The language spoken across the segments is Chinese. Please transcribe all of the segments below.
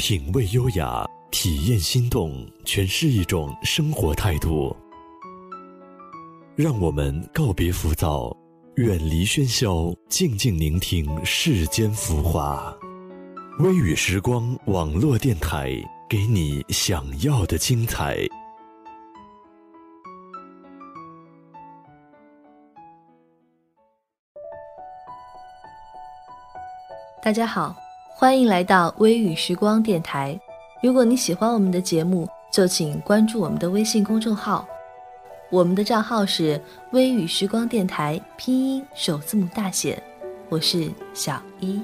品味优雅，体验心动，全是一种生活态度。让我们告别浮躁，远离喧嚣，静静聆听世间浮华。微雨时光网络电台，给你想要的精彩。 大家好，欢迎来到微雨时光电台。如果你喜欢我们的节目，就请关注我们的微信公众号，我们的账号是微雨时光电台，拼音首字母大写。我是小一。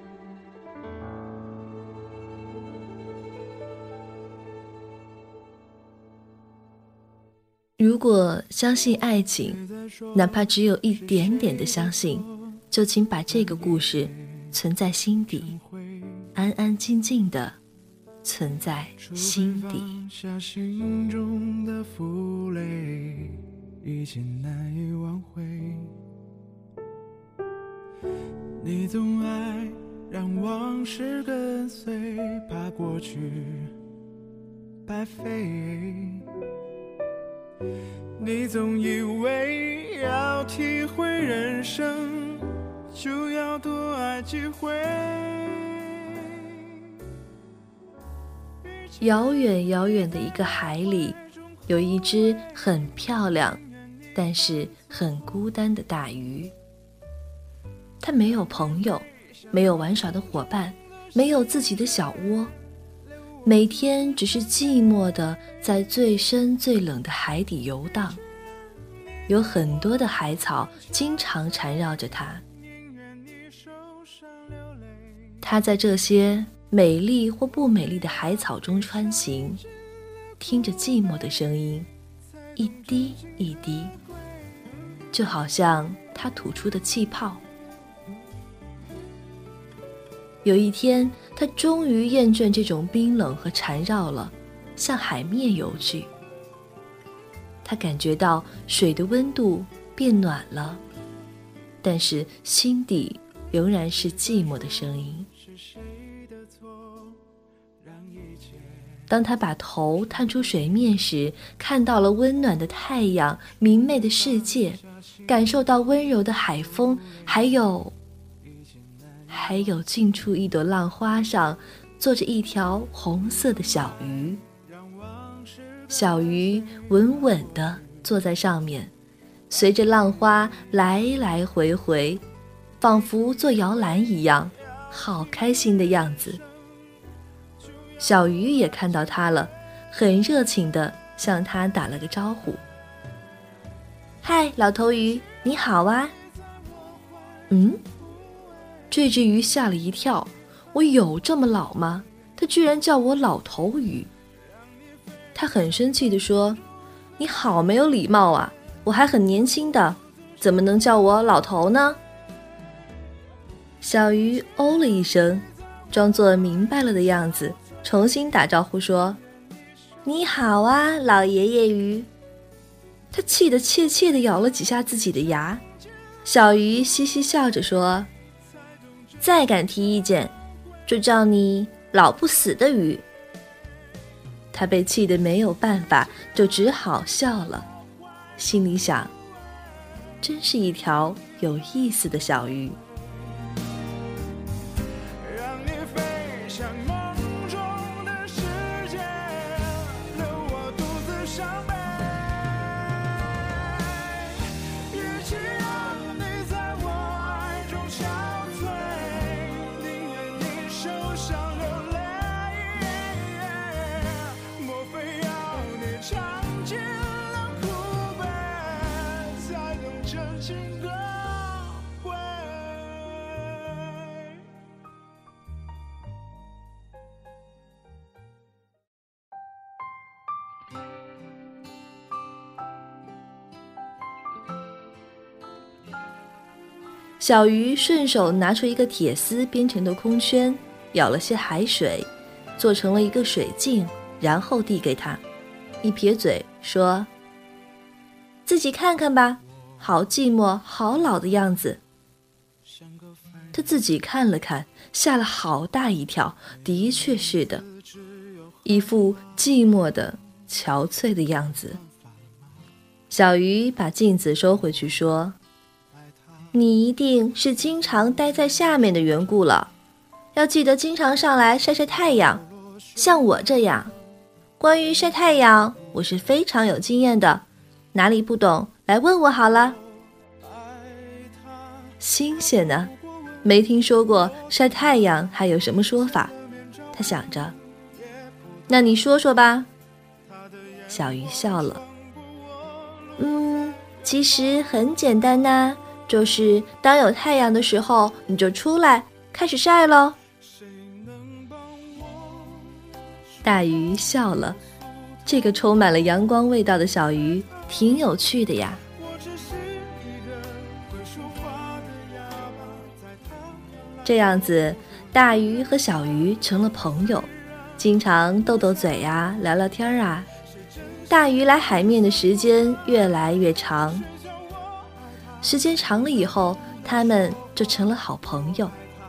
如果相信爱情，哪怕只有一点点的相信，就请把这个故事存在心底，安安静静的存在心底。 放下心中的负累，一切难以挽回。你总爱让往事跟随，怕过去白费。你总以为要体会人生，就要多爱几回。 遥远遥远的一个海里，有一只很漂亮但是很孤单的大鱼。它没有朋友，没有玩耍的伙伴，没有自己的小窝，每天只是寂寞地在最深最冷的海底游荡。有很多的海草经常缠绕着它，它在这些美丽或不美丽的海草中穿行，听着寂寞的声音，一滴一滴，就好像它吐出的气泡。有一天，他终于厌倦这种冰冷和缠绕了，向海面游去。他感觉到水的温度变暖了，但是心底仍然是寂寞的声音。当他把头探出水面时，看到了温暖的太阳，明媚的世界，感受到温柔的海风，还有近处一朵浪花上坐着一条红色的小鱼。小鱼稳稳地坐在上面，随着浪花来来回回，仿佛做摇篮一样，好开心的样子。小鱼也看到他了，很热情地向他打了个招呼。嗨，老头鱼，你好啊。这只鱼吓了一跳，我有这么老吗？他居然叫我老头鱼。他很生气地说，你好没有礼貌啊，我还很年轻的，怎么能叫我老头呢？小鱼哦了一声，装作明白了的样子，重新打招呼说，你好啊，老爷爷鱼。他气得怯怯地咬了几下自己的牙。小鱼嘻嘻笑着说，再敢提意见，就叫你老不死的鱼。他被气得没有办法，就只好笑了，心里想，真是一条有意思的小鱼。 让你飞向梦中的世界，留我独自伤悲。与其让你在我爱中憔悴，宁愿你受伤流泪。莫非要你尝尽了苦悲，才能真情可贵？ 小鱼顺手拿出一个铁丝编成的空圈，舀了些海水，做成了一个水镜，然后递给他，一撇嘴说，自己看看吧，好寂寞好老的样子。 他自己看了看，吓了好大一跳，的确是的，一副寂寞的憔悴的样子。小鱼把镜子收回去说，你一定是经常待在下面的缘故了，要记得经常上来晒晒太阳，像我这样。关于晒太阳，我是非常有经验的，哪里不懂来问我好了。新鲜呢，没听说过晒太阳还有什么说法，他想着。那你说说吧。小鱼笑了。其实很简单呐，就是当有太阳的时候，你就出来开始晒咯。大鱼笑了，这个充满了阳光味道的小鱼挺有趣的呀。这样子，大鱼和小鱼成了朋友，经常斗斗嘴呀，聊聊天啊。大鱼来海面的时间越来越长，时间长了以后，他们就成了好朋友。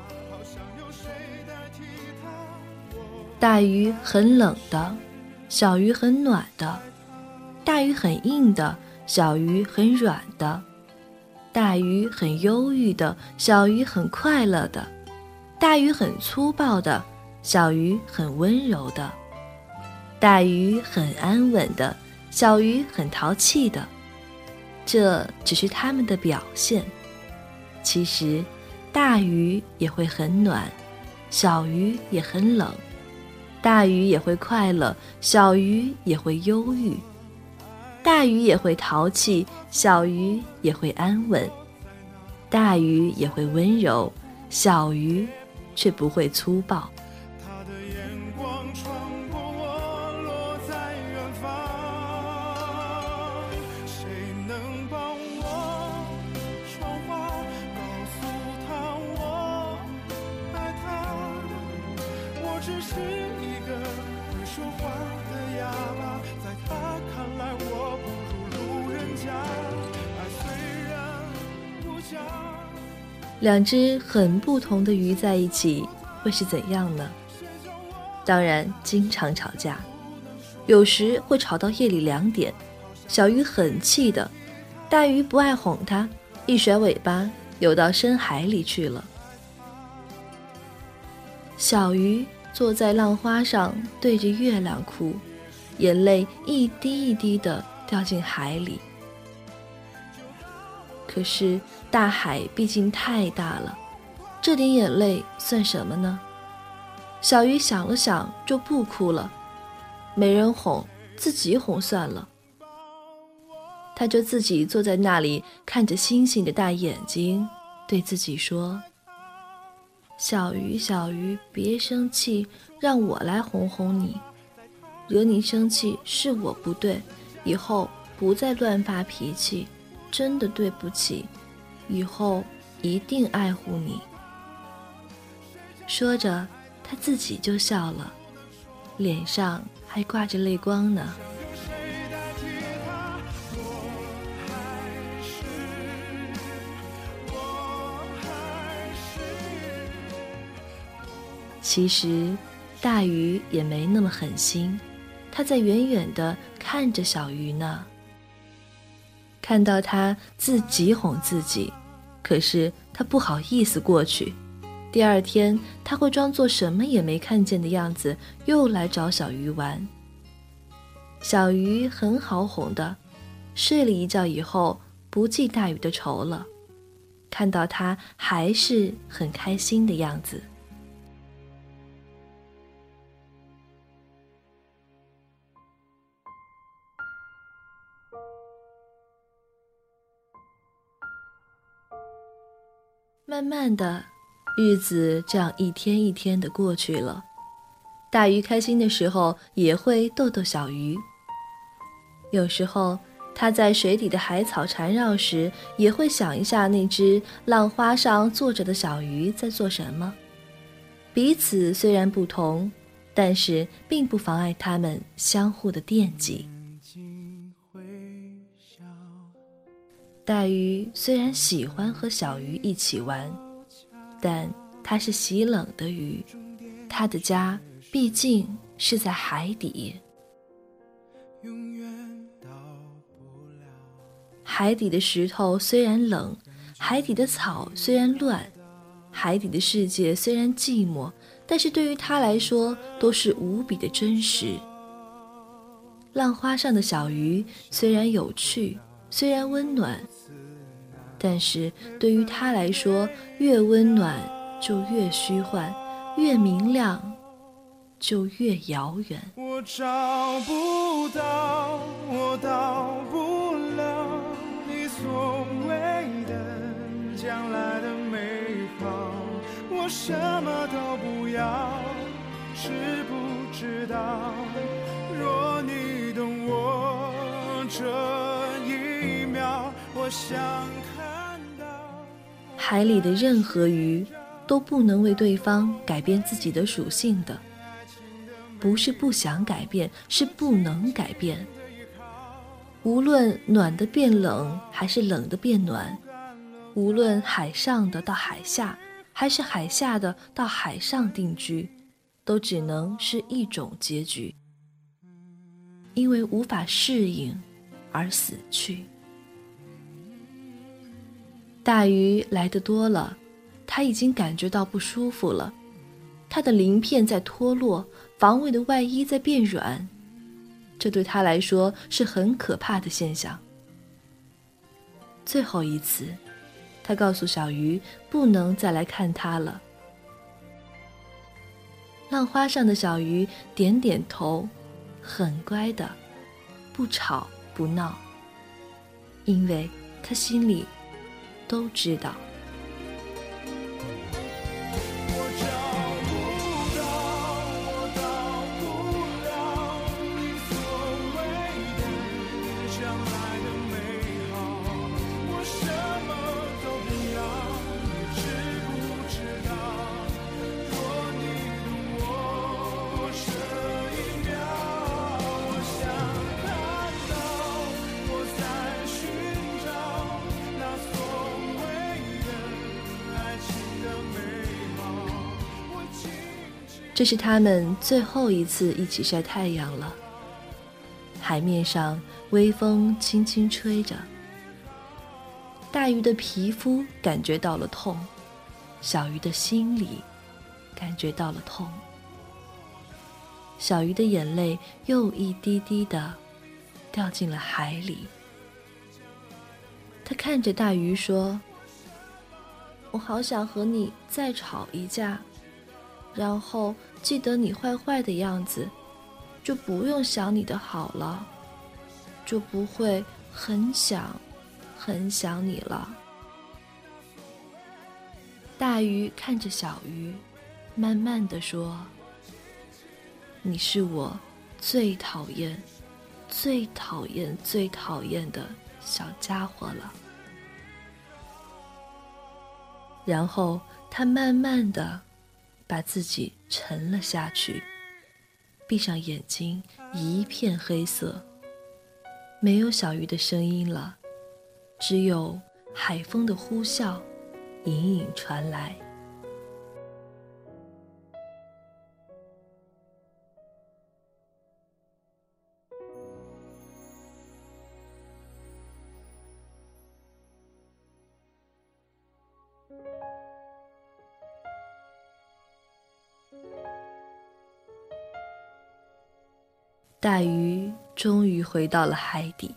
大鱼很冷的，小鱼很暖的；大鱼很硬的，小鱼很软的；大鱼很忧郁的，小鱼很快乐的；大鱼很粗暴的，小鱼很温柔的；大鱼很安稳的，小鱼很淘气的。这只是它们的表现，其实大鱼也会很暖，小鱼也很冷；大鱼也会快乐，小鱼也会忧郁；大鱼也会淘气，小鱼也会安稳；大鱼也会温柔，小鱼却不会粗暴。 只是一个会说话的哑巴，在他看来我不如路人甲，爱虽然无价。 两只很不同的鱼在一起会是怎样呢？当然经常吵架，有时会吵到夜里2点，小鱼很气的，大鱼不爱哄它，一甩尾巴游到深海里去了。小鱼坐在浪花上对着月亮哭，眼泪一滴一滴地掉进海里。可是大海毕竟太大了，这点眼泪算什么呢？小鱼想了想就不哭了，没人哄，自己哄算了。他就自己坐在那里，看着星星的大眼睛，对自己说，小鱼小鱼别生气，让我来哄哄你，惹你生气是我不对，以后不再乱发脾气，真的对不起，以后一定爱护你。说着他自己就笑了，脸上还挂着泪光呢。其实大鱼也没那么狠心，他在远远地看着小鱼呢。看到他自己哄自己，可是他不好意思过去。第二天他会装作什么也没看见的样子，又来找小鱼玩。小鱼很好哄的，睡了一觉以后不记大鱼的仇了，看到他还是很开心的样子。慢慢的，日子这样一天一天的过去了。大鱼开心的时候也会逗逗小鱼，有时候他在水底的海草缠绕时，也会想一下那只浪花上坐着的小鱼在做什么。彼此虽然不同，但是并不妨碍他们相互的惦记。大鱼虽然喜欢和小鱼一起玩， 但它是洗冷的鱼，它的家毕竟是在海底。海底的石头虽然冷，海底的草虽然乱，海底的世界虽然寂寞，但是对于他来说都是无比的真实。浪花上的小鱼虽然有趣，虽然温暖，但是对于他来说，越温暖就越虚幻，越明亮就越遥远。 我找不到，我到不了你所谓的将来的美好，我什么都不要，知不知道？若你懂我这一秒，我想看到。 海里的任何鱼都不能为对方改变自己的属性的，不是不想改变，是不能改变。无论暖的变冷，还是冷的变暖，无论海上的到海下，还是海下的到海上定居，都只能是一种结局，因为无法适应而死去。大鱼来得多了，他已经感觉到不舒服了，他的鳞片在脱落，防卫的外衣在变软，这对他来说是很可怕的现象。最后一次，他告诉小鱼不能再来看他了。浪花上的小鱼点点头，很乖的，不吵不闹，因为他心里都知道。这是他们最后一次一起晒太阳了。海面上微风轻轻吹着，大鱼的皮肤感觉到了痛，小鱼的心里感觉到了痛。小鱼的眼泪又一滴滴地掉进了海里。他看着大鱼说：我好想和你再吵一架，然后记得你坏坏的样子，就不用想你的好了，就不会很想你了。大鱼看着小鱼，慢慢地说：你是我最讨厌的小家伙了。然后他慢慢地把自己沉了下去，闭上眼睛，一片黑色，没有小鱼的声音了，只有海风的呼啸隐隐传来。大鱼终于回到了海底。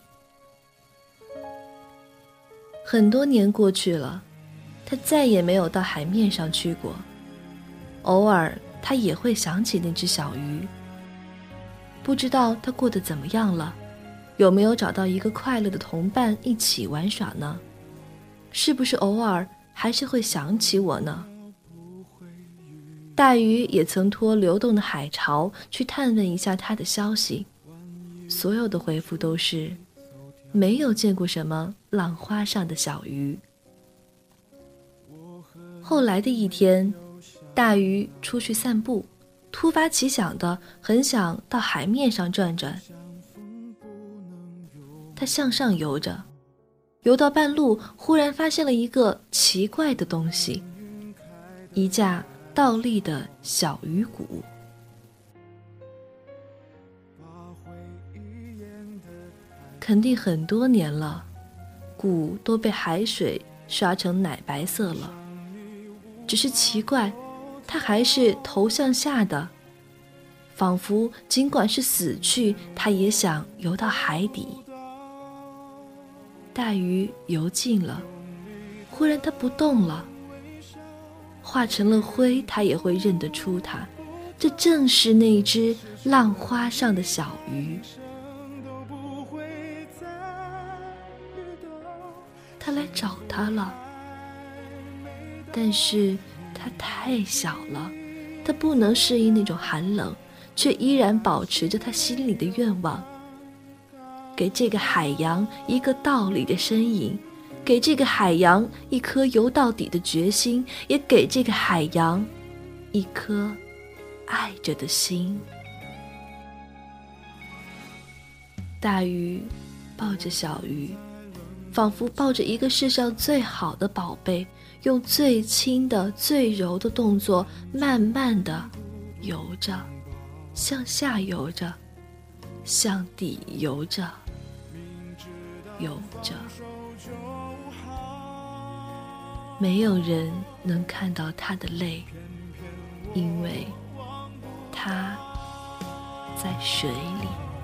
很多年过去了，他再也没有到海面上去过。偶尔他也会想起那只小鱼，不知道他过得怎么样了，有没有找到一个快乐的同伴一起玩耍呢？是不是偶尔还是会想起我呢？大鱼也曾托流动的海潮去探问一下他的消息，所有的回复都是没有见过什么浪花上的小鱼。后来的一天，大鱼出去散步，突发奇想的很想到海面上转转。他向上游着，游到半路，忽然发现了一个奇怪的东西。 一架倒立的小鱼鼓。肯定很多年了，鼓都被海水刷成奶白色了，只是奇怪，它还是头向下的，仿佛尽管是死去，它也想游到海底。大鱼游近了，忽然它不动了，化成了灰，它也会认得出它，这正是那只浪花上的小鱼。他来找他了，但是他太小了，他不能适应那种寒冷，却依然保持着他心里的愿望，给这个海洋一个道理的身影，给这个海洋一颗游到底的决心，也给这个海洋一颗爱着的心。大鱼抱着小鱼，仿佛抱着一个世上最好的宝贝，用最轻的最柔的动作慢慢地游着，向下游着，向底游着，游着。没有人能看到他的泪，因为他在水里。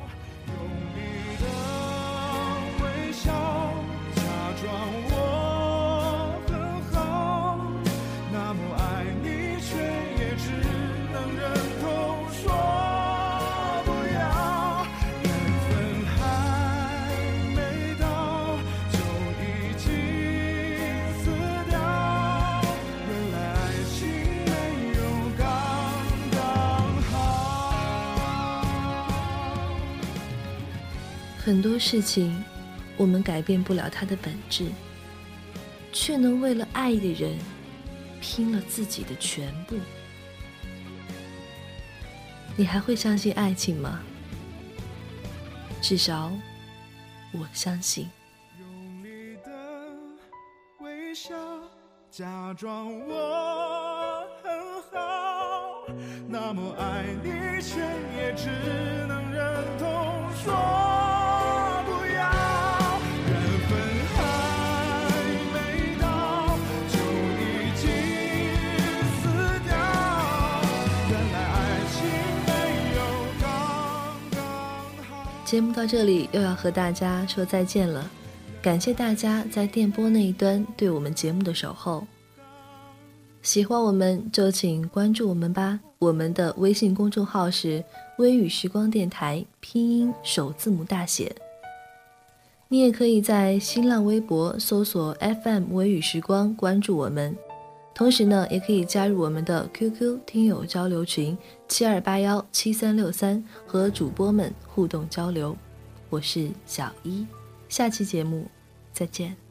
很多事情我们改变不了它的本质，却能为了爱的人拼了自己的全部。你还会相信爱情吗？至少我相信。 用力的微笑，假装我很好，那么爱你，却也只能忍痛说节目到这里又要和大家说再见了，感谢大家在电波那一端对我们节目的守候。喜欢我们就请关注我们吧，我们的微信公众号是微语时光电台，拼音首字母大写。你也可以在新浪微博搜索 FM 微语时光关注我们，同时呢也可以加入我们的 QQ 听友交流群72817363和主播们互动交流。我是小一，下期节目再见。